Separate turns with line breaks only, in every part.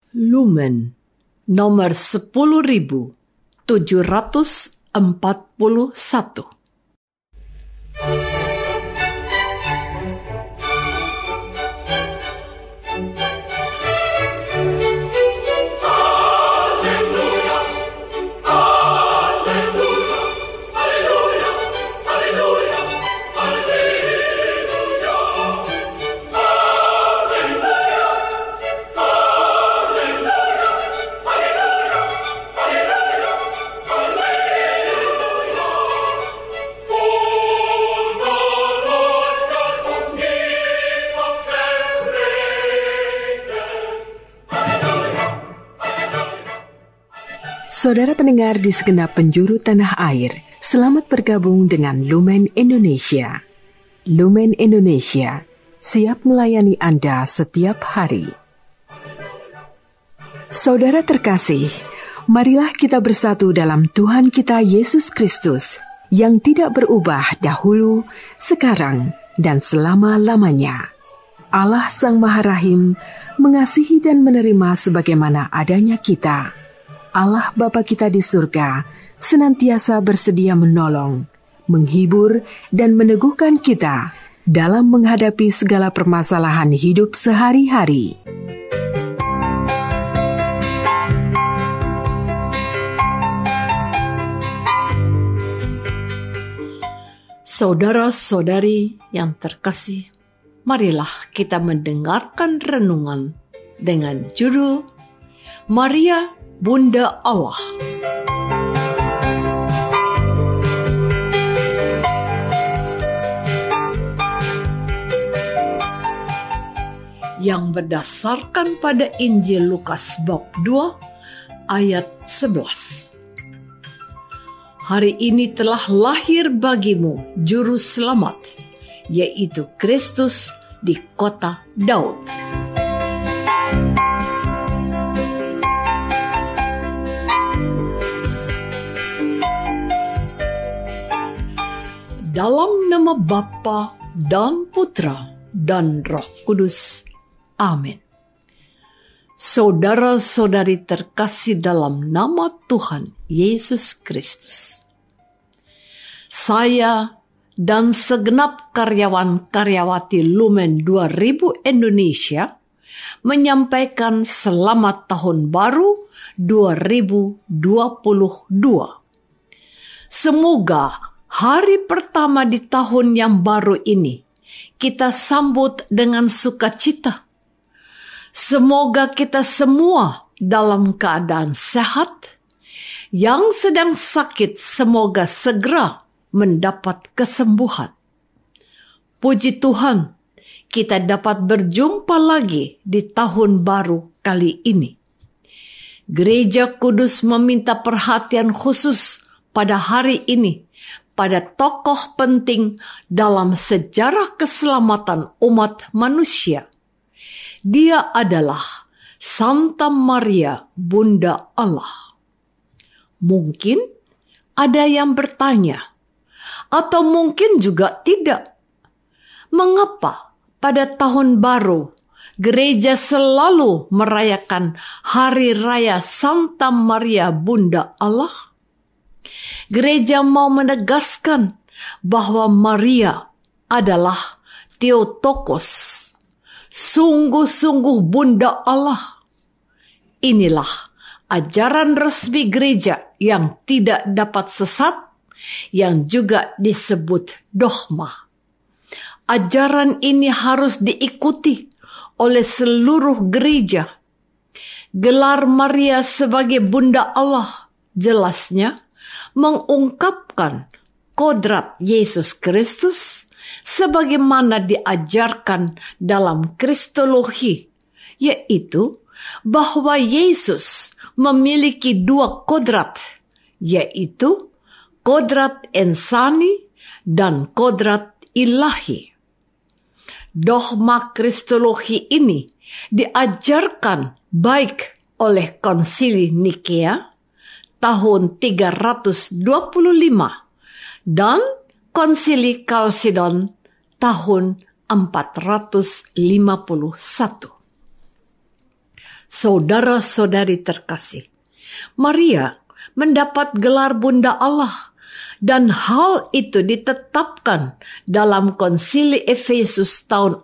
Lumen nomor 10.741.
Saudara pendengar di segenap penjuru tanah air, selamat bergabung dengan Lumen Indonesia. Lumen Indonesia siap melayani Anda setiap hari. Saudara terkasih, marilah kita bersatu dalam Tuhan kita Yesus Kristus yang tidak berubah dahulu, sekarang, dan selama-lamanya. Allah Sang Maha Rahim mengasihi dan menerima sebagaimana adanya kita. Allah Bapa kita di surga senantiasa bersedia menolong, menghibur, dan meneguhkan kita dalam menghadapi segala permasalahan hidup sehari-hari.
Saudara-saudari yang terkasih, marilah kita mendengarkan renungan dengan judul Maria Bunda Allah. Yang berdasarkan pada Injil Lukas bab 2 ayat 11. Hari ini telah lahir bagimu juru selamat, yaitu Kristus di kota Daud. Dalam nama Bapa dan Putra dan Roh Kudus. Amin. Saudara-saudari terkasih dalam nama Tuhan Yesus Kristus. Saya dan segenap karyawan-karyawati Lumen 2000 Indonesia menyampaikan selamat tahun baru 2022. Semoga hari pertama di tahun yang baru ini kita sambut dengan sukacita. Semoga kita semua dalam keadaan sehat. Yang sedang sakit semoga segera mendapat kesembuhan. Puji Tuhan, kita dapat berjumpa lagi di tahun baru kali ini. Gereja Kudus meminta perhatian khusus pada hari ini pada tokoh penting dalam sejarah keselamatan umat manusia. Dia adalah Santa Maria Bunda Allah. Mungkin ada yang bertanya, atau mungkin juga tidak. Mengapa pada tahun baru gereja selalu merayakan Hari Raya Santa Maria Bunda Allah? Gereja mau menegaskan bahwa Maria adalah Theotokos, sungguh-sungguh Bunda Allah. Inilah ajaran resmi gereja yang tidak dapat sesat, yang juga disebut dogma. Ajaran ini harus diikuti oleh seluruh gereja. Gelar Maria sebagai Bunda Allah jelasnya mengungkapkan kodrat Yesus Kristus sebagaimana diajarkan dalam Kristologi, yaitu bahwa Yesus memiliki dua kodrat, yaitu kodrat insani dan kodrat ilahi. Dogma Kristologi ini diajarkan baik oleh Konsili Nikea tahun 325 dan Konsili Kalsedon tahun 451. Saudara-saudari terkasih, Maria mendapat gelar Bunda Allah, dan hal itu ditetapkan dalam Konsili Efesus tahun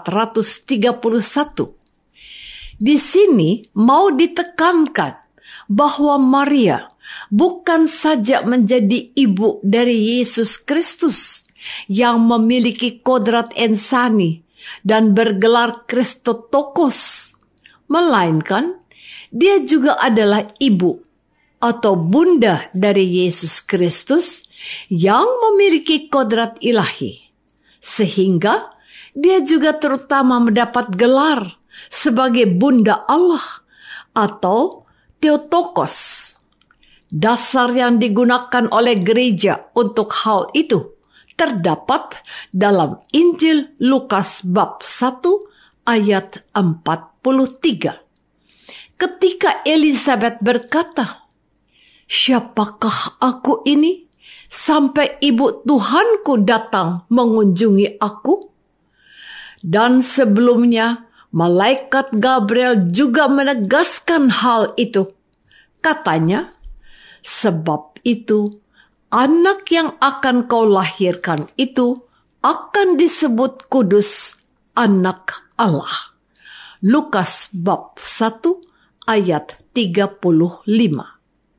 431. Di sini mau ditekankan bahwa Maria bukan saja menjadi ibu dari Yesus Kristus yang memiliki kodrat ensani dan bergelar Kristotokos, melainkan dia juga adalah ibu atau bunda dari Yesus Kristus yang memiliki kodrat ilahi, sehingga dia juga terutama mendapat gelar sebagai Bunda Allah atau Theotokos. Dasar yang digunakan oleh gereja untuk hal itu terdapat dalam Injil Lukas bab 1 ayat 43. Ketika Elizabeth berkata, "Siapakah aku ini sampai ibu Tuhanku datang mengunjungi aku?" Dan sebelumnya malaikat Gabriel juga menegaskan hal itu. Katanya, "Sebab itu anak yang akan kau lahirkan itu akan disebut kudus, anak Allah." Lukas bab 1 ayat 35.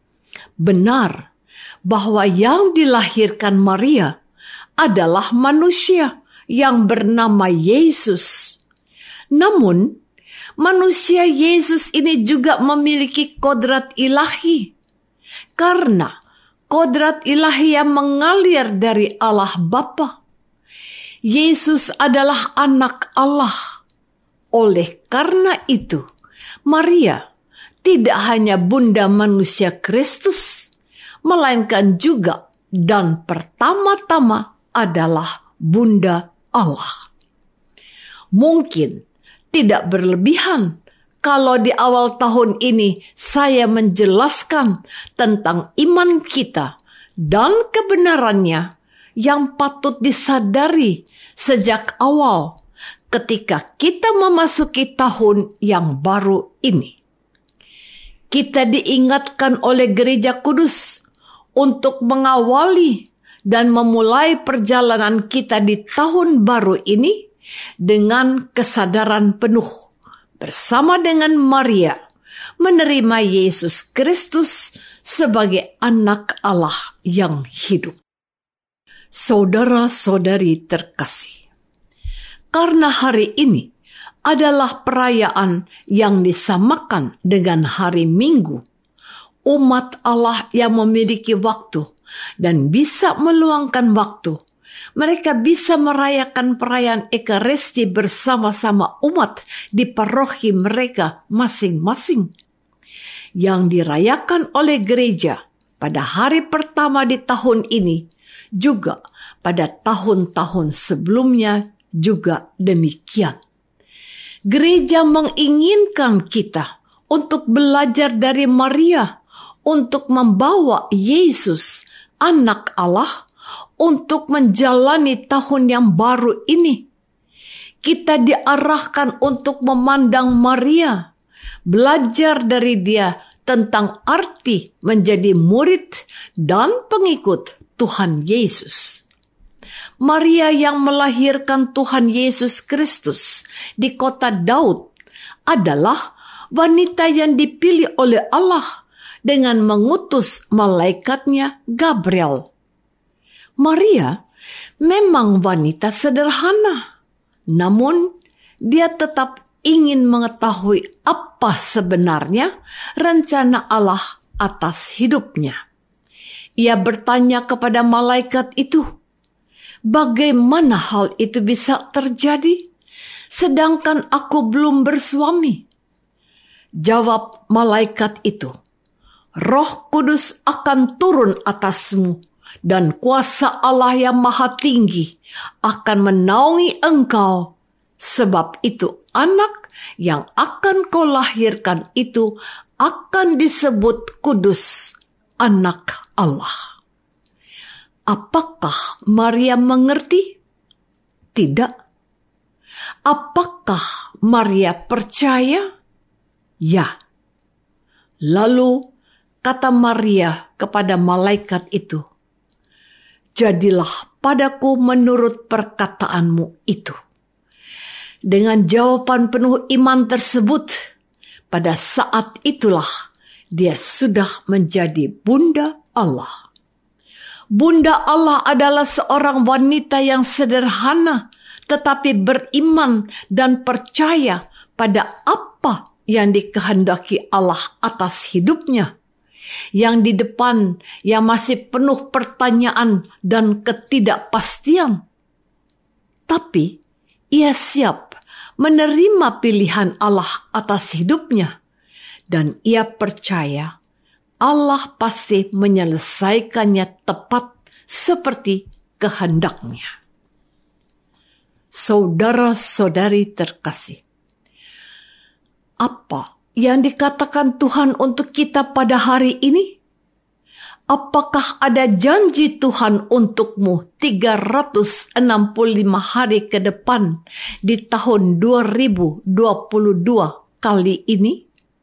Benar bahwa yang dilahirkan Maria adalah manusia yang bernama Yesus. Namun, manusia Yesus ini juga memiliki kodrat ilahi, karena kodrat ilahi yang mengalir dari Allah Bapa. Yesus adalah anak Allah. Oleh karena itu, Maria tidak hanya bunda manusia Kristus, melainkan juga dan pertama-tama adalah bunda Allah. Mungkin tidak berlebihan kalau di awal tahun ini saya menjelaskan tentang iman kita dan kebenarannya yang patut disadari sejak awal ketika kita memasuki tahun yang baru ini. Kita diingatkan oleh Gereja Kudus untuk mengawali dan memulai perjalanan kita di tahun baru ini dengan kesadaran penuh bersama dengan Maria menerima Yesus Kristus sebagai anak Allah yang hidup. Saudara-saudari terkasih, karena hari ini adalah perayaan yang disamakan dengan hari Minggu, umat Allah yang memiliki waktu dan bisa meluangkan waktu, mereka bisa merayakan perayaan Ekaristi bersama-sama umat di paroki mereka masing-masing. Yang dirayakan oleh gereja pada hari pertama di tahun ini, juga pada tahun-tahun sebelumnya juga demikian. Gereja menginginkan kita untuk belajar dari Maria, untuk membawa Yesus, anak Allah, untuk menjalani tahun yang baru ini. Kita diarahkan untuk memandang Maria, belajar dari dia tentang arti menjadi murid dan pengikut Tuhan Yesus. Maria yang melahirkan Tuhan Yesus Kristus di kota Daud adalah wanita yang dipilih oleh Allah dengan mengutus malaikatnya Gabriel. Maria memang wanita sederhana, namun dia tetap ingin mengetahui apa sebenarnya rencana Allah atas hidupnya. Ia bertanya kepada malaikat itu, bagaimana hal itu bisa terjadi, sedangkan aku belum bersuami? Jawab malaikat itu, Roh Kudus akan turun atasmu, dan kuasa Allah yang Maha Tinggi akan menaungi engkau. Sebab itu anak yang akan kau lahirkan itu akan disebut kudus, anak Allah. Apakah Maria mengerti? Tidak. Apakah Maria percaya? Ya. Lalu kata Maria kepada malaikat itu, "Jadilah padaku menurut perkataanmu itu." Dengan jawaban penuh iman tersebut, pada saat itulah dia sudah menjadi Bunda Allah. Bunda Allah adalah seorang wanita yang sederhana, tetapi beriman dan percaya pada apa yang dikehendaki Allah atas hidupnya. Yang di depan yang masih penuh pertanyaan dan ketidakpastian. Tapi ia siap menerima pilihan Allah atas hidupnya. Dan ia percaya Allah pasti menyelesaikannya tepat seperti kehendaknya. Saudara-saudari terkasih, apa yang dikatakan Tuhan untuk kita pada hari ini? Apakah ada janji Tuhan untukmu 365 hari ke depan di tahun 2022 kali ini?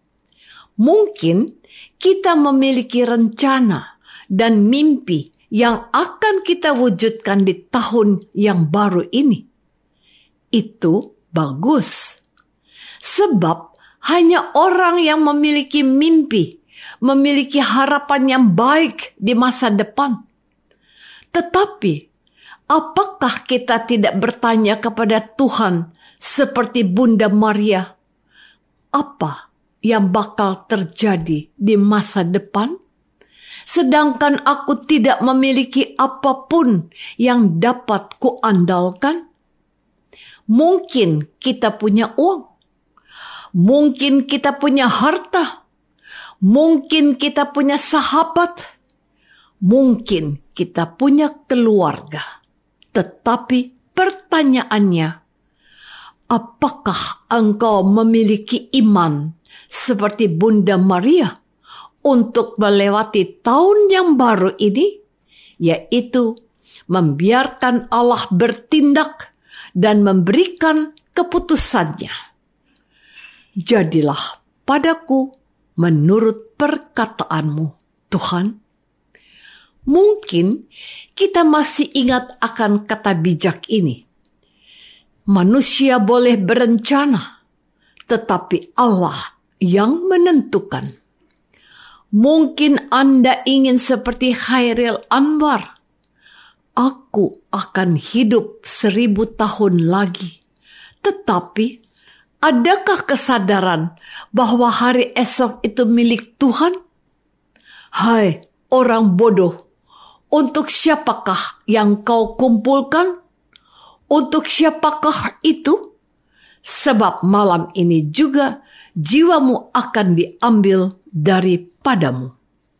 Mungkin kita memiliki rencana dan mimpi yang akan kita wujudkan di tahun yang baru ini. Itu bagus. Sebab hanya orang yang memiliki mimpi, memiliki harapan yang baik di masa depan. Tetapi, apakah kita tidak bertanya kepada Tuhan seperti Bunda Maria? Apa yang bakal terjadi di masa depan? Sedangkan aku tidak memiliki apapun yang dapat kuandalkan. Mungkin kita punya uang. Mungkin kita punya harta. Mungkin kita punya sahabat. Mungkin kita punya keluarga. Tetapi pertanyaannya, apakah engkau memiliki iman seperti Bunda Maria untuk melewati tahun yang baru ini? Yaitu membiarkan Allah bertindak dan memberikan keputusannya. Jadilah padaku menurut perkataanmu, Tuhan. Mungkin kita masih ingat akan kata bijak ini. Manusia boleh berencana, tetapi Allah yang menentukan. Mungkin Anda ingin seperti Khairil Anwar. Aku akan hidup 1000 tahun lagi. Tetapi, adakah kesadaran bahwa hari esok itu milik Tuhan? Hai orang bodoh, untuk siapakah yang kau kumpulkan? Untuk siapakah itu? Sebab malam ini juga jiwamu akan diambil daripadamu.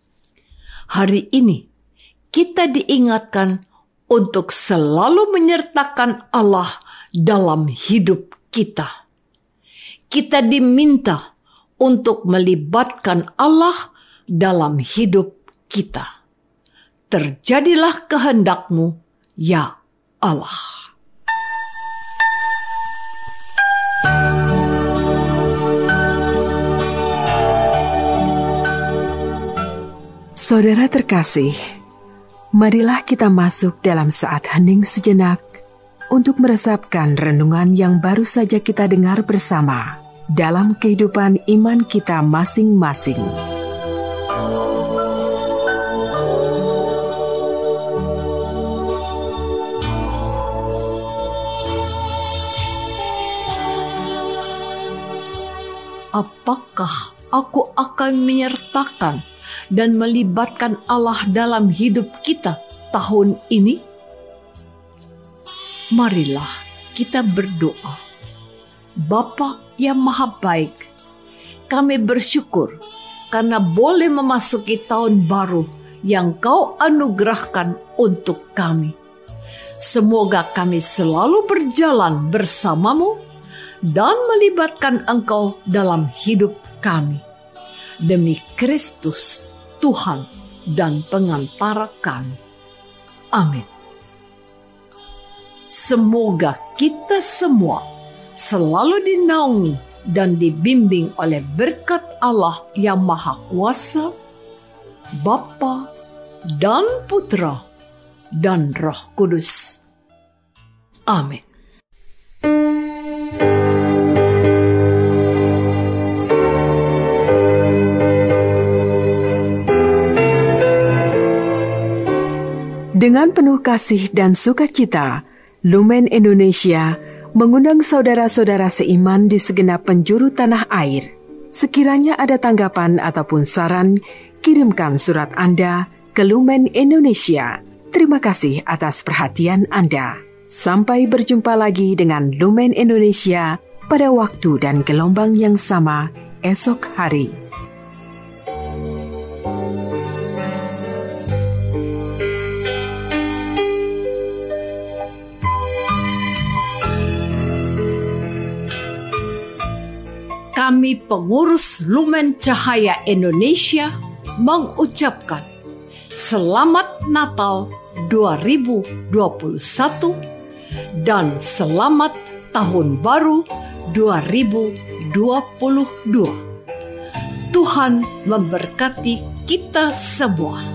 Hari ini kita diingatkan untuk selalu menyertakan Allah dalam hidup kita. Kita diminta untuk melibatkan Allah dalam hidup kita. Terjadilah kehendakmu, ya Allah.
Saudara terkasih, marilah kita masuk dalam saat hening sejenak untuk meresapkan renungan yang baru saja kita dengar bersama dalam kehidupan iman kita masing-masing.
Apakah aku akan menyertakan dan melibatkan Allah dalam hidup kita tahun ini? Marilah kita berdoa. Bapa yang Maha Baik, kami bersyukur karena boleh memasuki tahun baru yang Kau anugerahkan untuk kami. Semoga kami selalu berjalan bersamamu dan melibatkan Engkau dalam hidup kami. Demi Kristus, Tuhan dan pengantara kami. Amin. Semoga kita semua selalu dinaungi dan dibimbing oleh berkat Allah yang Maha Kuasa, Bapa dan Putra dan Roh Kudus. Amin.
Dengan penuh kasih dan sukacita, Lumen Indonesia mengundang saudara-saudara seiman di segenap penjuru tanah air. Sekiranya ada tanggapan ataupun saran, kirimkan surat Anda ke Lumen Indonesia. Terima kasih atas perhatian Anda. Sampai berjumpa lagi dengan Lumen Indonesia pada waktu dan gelombang yang sama esok hari.
Kami pengurus Lumen Cahaya Indonesia mengucapkan Selamat Natal 2021 dan Selamat Tahun Baru 2022. Tuhan memberkati kita semua.